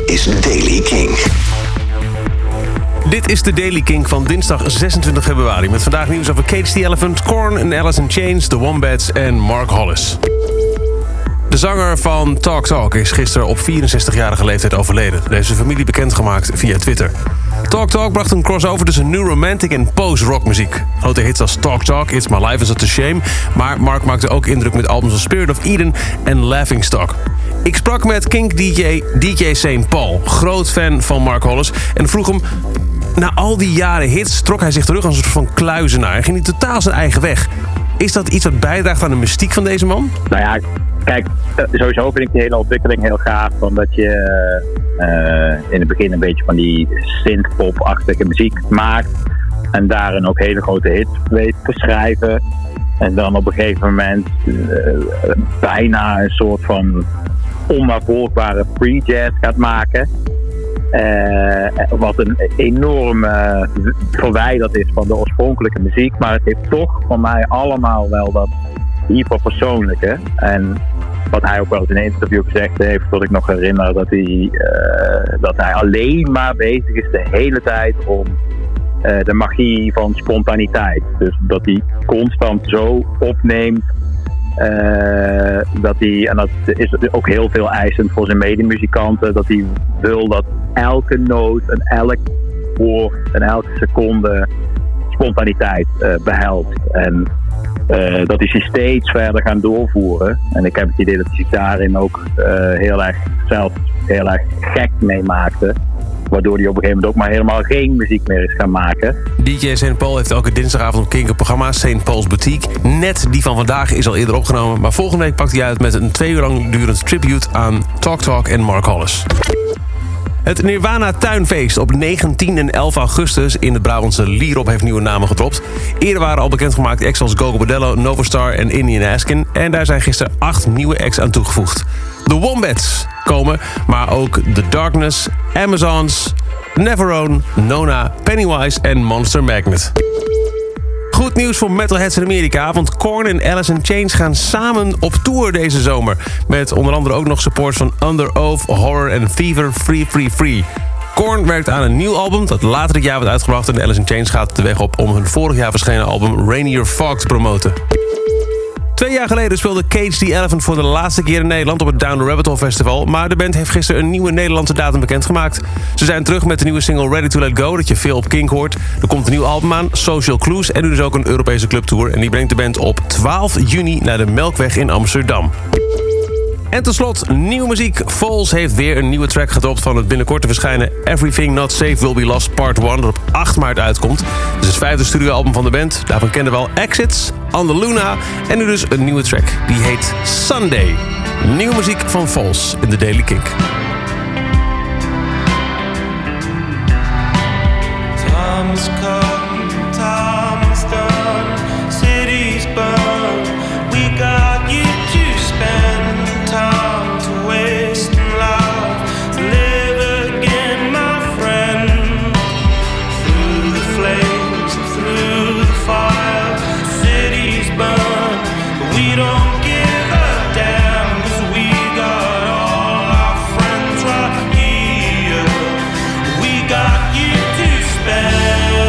is Daily Kink. Dit is de Daily Kink van dinsdag 26 februari... met vandaag nieuws over Cage the Elephant, Korn en Alice in Chains, The Wombats en Mark Hollis. De zanger van Talk Talk is gisteren op 64-jarige leeftijd overleden. Deze heeft familie bekendgemaakt via Twitter. Talk Talk bracht een crossover tussen new romantic en post-rock muziek. Grote hits als Talk Talk, It's My Life Is Such a Shame... maar Mark maakte ook indruk met albums als Spirit of Eden en Laughingstock. Ik sprak met Kink-DJ DJ St. Paul, groot fan van Mark Hollis... en vroeg hem, na al die jaren hits trok hij zich terug als een soort van kluizenaar... en ging hij totaal zijn eigen weg. Is dat iets wat bijdraagt aan de mystiek van deze man? Nou ja, kijk, sowieso vind ik die hele ontwikkeling heel gaaf. Omdat je in het begin een beetje van die synthpop-achtige muziek maakt. En daarin ook hele grote hits weet te schrijven. En dan op een gegeven moment bijna een soort van onnavolgbare free jazz gaat maken. Wat een enorm verwijderd is van de oorspronkelijke muziek. Maar het heeft toch voor mij allemaal wel dat hyperpersoonlijke. En wat hij ook wel eens in een interview gezegd heeft, dat ik nog herinner, dat hij alleen maar bezig is de hele tijd om de magie van spontaniteit. Dus dat hij constant zo opneemt. Dat hij, en dat is ook heel veel eisend voor zijn medemuzikanten, dat hij wil dat elke noot en elk woord en elke seconde spontaniteit behelst. En dat hij zich steeds verder gaan doorvoeren. En ik heb het idee dat hij zich daarin ook heel erg gek mee maakte. Waardoor hij op een gegeven moment ook maar helemaal geen muziek meer is gaan maken. DJ St. Paul heeft elke dinsdagavond op Kink een programma, St. Paul's Boutique. Net die van vandaag is al eerder opgenomen. Maar volgende week pakt hij uit met een 2 uur lang durend tribute aan Talk Talk en Mark Hollis. Het Nirvana Tuinfeest op 19 en 11 augustus in het Brabantse Lierop heeft nieuwe namen gedropt. Eerder waren al bekendgemaakt acts als Gogo Bordello, Novastar en Indian Askin. En daar zijn gisteren 8 nieuwe acts aan toegevoegd. De Wombats komen, maar ook The Darkness, Amazons, Neverone, Nona, Pennywise en Monster Magnet. Goed nieuws voor metalheads in Amerika, want Korn en Alice in Chains gaan samen op tour deze zomer. Met onder andere ook nog support van Under Oath, Horror en Fever Free Free Free. Korn werkt aan een nieuw album dat later dit jaar wordt uitgebracht en Alice in Chains gaat de weg op om hun vorig jaar verschenen album Rainier Fog te promoten. 2 jaar geleden speelde Cage the Elephant voor de laatste keer in Nederland op het Down the Rabbit Hole Festival. Maar de band heeft gisteren een nieuwe Nederlandse datum bekendgemaakt. Ze zijn terug met de nieuwe single Ready to Let Go, dat je veel op Kink hoort. Er komt een nieuw album aan, Social Clues, en nu dus ook een Europese clubtour. En die brengt de band op 12 juni naar de Melkweg in Amsterdam. En tot slot, nieuwe muziek. Foals heeft weer een nieuwe track gedropt van het binnenkort te verschijnen Everything Not Safe Will Be Lost Part 1, dat op 8 maart uitkomt. Dit is het 5e studioalbum van de band. Daarvan kenden we al Exits, On The Luna en nu dus een nieuwe track. Die heet Sunday. Nieuwe muziek van Foals in de Daily Kink. Time's come, time's done, cities burn, we got you to spend. Time to waste in life, to live again, my friend. Through the flames, through the fire, cities burn, but we don't give a damn, 'cause we got all our friends right here. We got you to spend.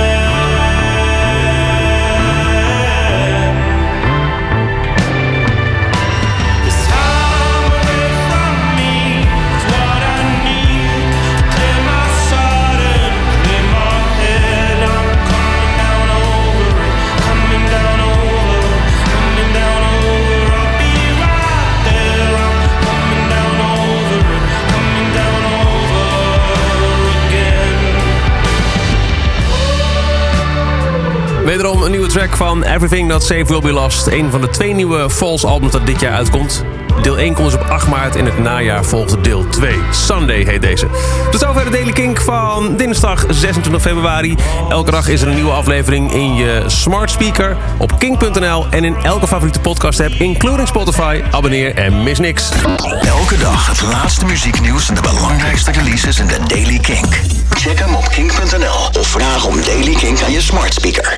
Wederom een nieuwe track van Everything Not Safe Will Be Lost. Een van de 2 nieuwe False albums dat dit jaar uitkomt. Deel 1 komt dus op 8 maart. In het najaar volgt deel 2. Sunday heet deze. Tot zover de Daily Kink van dinsdag 26 februari. Elke dag is er een nieuwe aflevering in je smart speaker, op kink.nl en in elke favoriete podcast app, including Spotify. Abonneer en mis niks. Elke dag het laatste muzieknieuws en de belangrijkste releases in de Daily Kink. Check hem op kink.nl of vraag om Daily Kink aan je smart speaker.